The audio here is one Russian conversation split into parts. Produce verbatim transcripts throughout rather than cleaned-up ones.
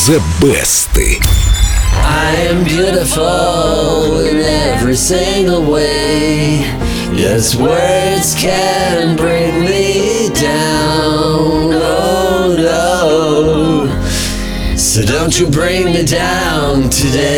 The Best. I am beautiful in every single way. Yes, words can bring me down. Oh no. So don't you bring me down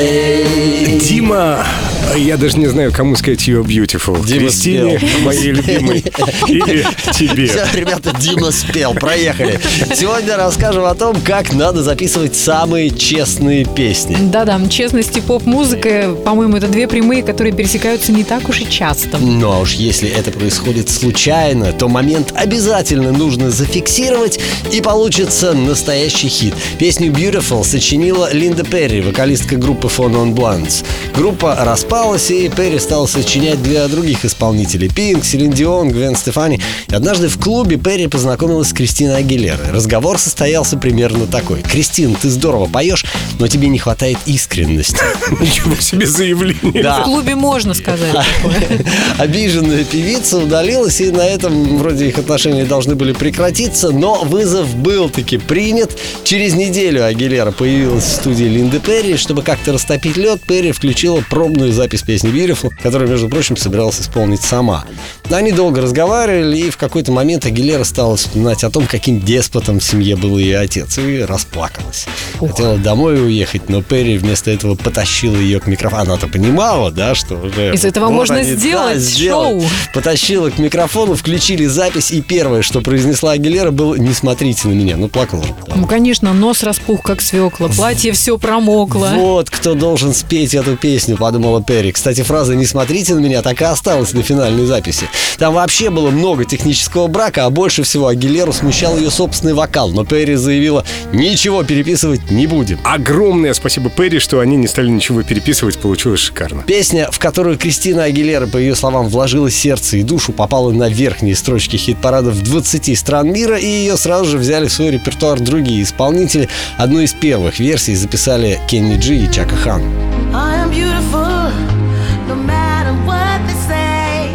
today. Дима, я даже не знаю, кому сказать «You're beautiful». Дима Кристине, спел. моей любимой, или тебе. Все, ребята, Дима спел, проехали. Сегодня расскажем о том, как надо записывать самые честные песни. Да-да, честность и поп-музыка, по-моему, это две прямые, которые пересекаются не так уж и часто. Ну а уж если это происходит случайно, то момент обязательно нужно зафиксировать, и получится настоящий хит. Песню «Beautiful» сочинила Линда Перри, вокалистка группы Four Non Blondes. Группа распалась, и Перри стала сочинять для других исполнителей: Пинк, Селин Дион, Гвен Стефани. И однажды в клубе Перри познакомилась с Кристиной Агилерой. Разговор состоялся примерно такой: «Кристин, ты здорово поешь, но тебе не хватает искренности». Ничего себе заявление. Да. В клубе можно сказать такое. Обиженная певица удалилась, и на этом вроде их отношения должны были прекратиться, но вызов был таки принят. Через неделю Агилера появилась в студии Линды Перри. Чтобы как-то растопить лед, Перри включила пробную запись песни «Beautiful», которую, между прочим, собиралась исполнить сама. Они долго разговаривали, и в какой-то момент Агилера стала вспоминать о том, каким деспотом в семье был ее отец, и расплакалась. Ух. Хотела домой уехать, но Перри вместо этого потащила ее к микрофону. Она-то понимала, да, что уже... Из этого вот можно они, сделать да, сделать. шоу. Потащила к микрофону, включили запись, и первое, что произнесла Агилера, было: «Не смотрите на меня». Ну, плакала. Ну, конечно, нос распух, как свекла, платье все промокло. Вот кто должен спеть эту песню, подумала Перри. Кстати, фраза «не смотрите на меня» так и осталась на финальной записи. Там вообще было много технического брака, а больше всего Агилеру смущал ее собственный вокал. Но Перри заявила: «Ничего переписывать не будем». Огромное спасибо Перри, что они не стали ничего переписывать, получилось шикарно. Песня, в которую Кристина Агилера, по ее словам, вложила сердце и душу, попала на верхние строчки хит-парадов двадцати стран мира, и ее сразу же взяли в свой репертуар другие исполнители. Одну из первых версий записали Кенни Джи и Чака Хан. I am beautiful, no matter what they say.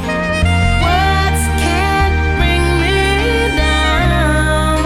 Words can't bring me down.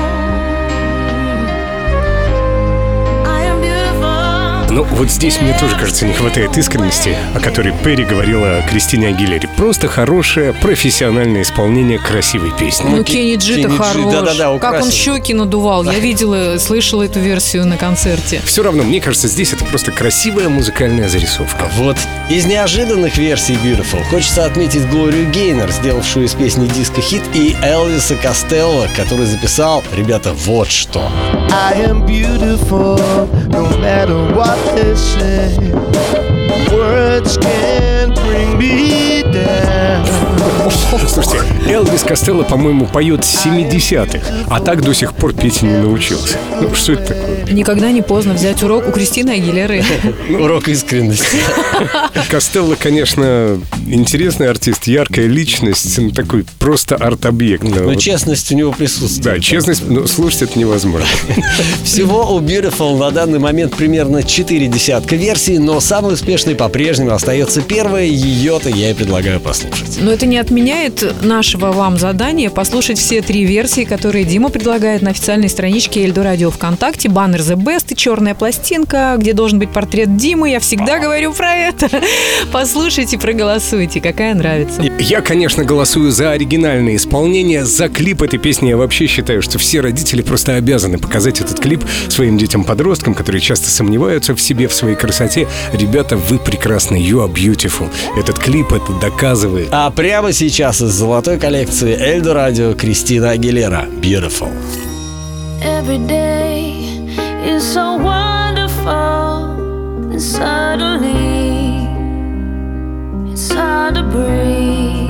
I am beautiful. Ну, вот здесь мне тоже, кажется, не хватает искренности, о которой Перри говорила о Кристине Агилере. Просто хорошее профессиональное исполнение красивой песни. Ну, Кенни Джи-то Кенни Джи, хорош. да-да-да, Как он украсил. щеки надувал. Я видела, слышала эту версию на концерте. Все равно, мне кажется, здесь это просто красивая музыкальная зарисовка. Вот из неожиданных версий Beautiful хочется отметить Глорию Гейнер, сделавшую из песни диско-хит, и Элвиса Костелло, который записал, ребята, вот что. I am beautiful, no matter what they say. Words can't bring me down. Слушайте, Элвис Костелло, по-моему, поет с семидесятых, а так до сих пор петь не научился. Ну, что это такое? Никогда не поздно взять урок у Кристины Агилеры. Урок искренности. Костелло, конечно, интересный артист, яркая личность, ну, такой просто арт-объект. Но Вот. честность у него присутствует. Да, честность, но слушать это невозможно. Всего у Beautiful на данный момент примерно четыре десятка версий, но самой успешной по-прежнему остается первая. Ее-то я и предлагаю послушать. Но это не отменяет нашего вам задания послушать все три версии, которые Дима предлагает на официальной страничке Эльдо Радио ВКонтакте. Баннер The Best и черная пластинка, где должен быть портрет Димы. Я всегда говорю про это. Послушайте, проголосуйте, какая нравится. Я, конечно, голосую за оригинальное исполнение. За клип этой песни я вообще считаю, что все родители просто обязаны показать этот клип своим детям-подросткам, которые часто сомневаются в себе, в своей красоте. Ребята, вы прекрасны, you are beautiful. Этот клип это доказывает. А прямо сейчас из золотой коллекции Эльдо Радио Кристина Агилера «Beautiful». Every day is so wonderful, and suddenly it's hard to breathe.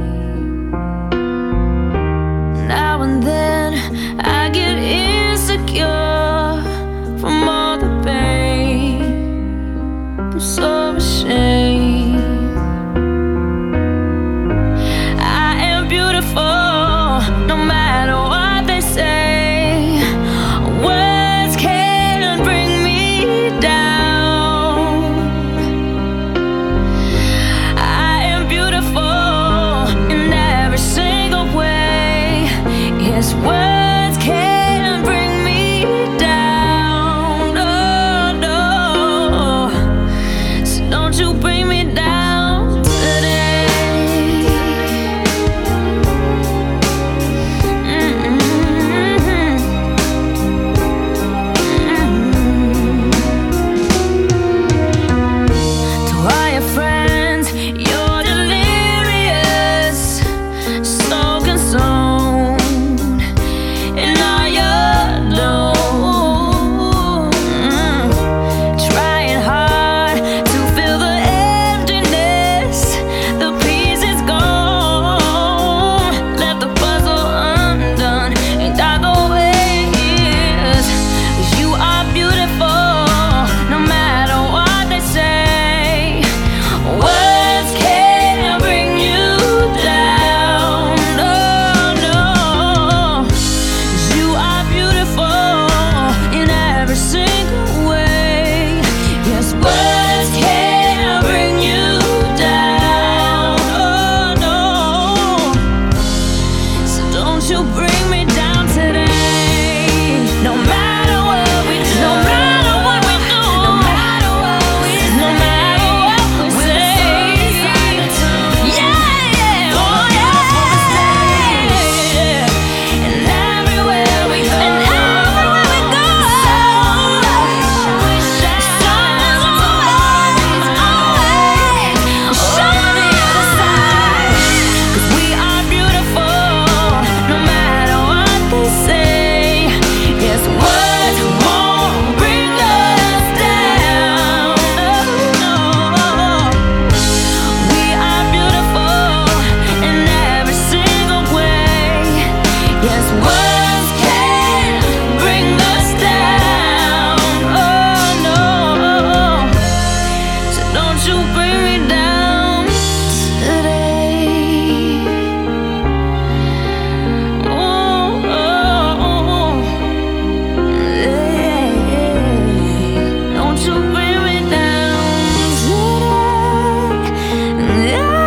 Now and then I get insecure from all the pain. I'm so ashamed. I am beautiful, no matter what they say. Words can't bring me down. I am beautiful. Yes, words can bring us down. Oh no, so don't you bring me down today. Oh, oh, oh. Yeah. Don't you bring me down today. Yeah.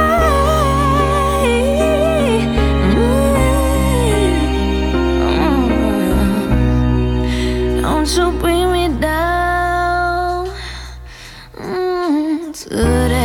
Don't you bring me down mm, today.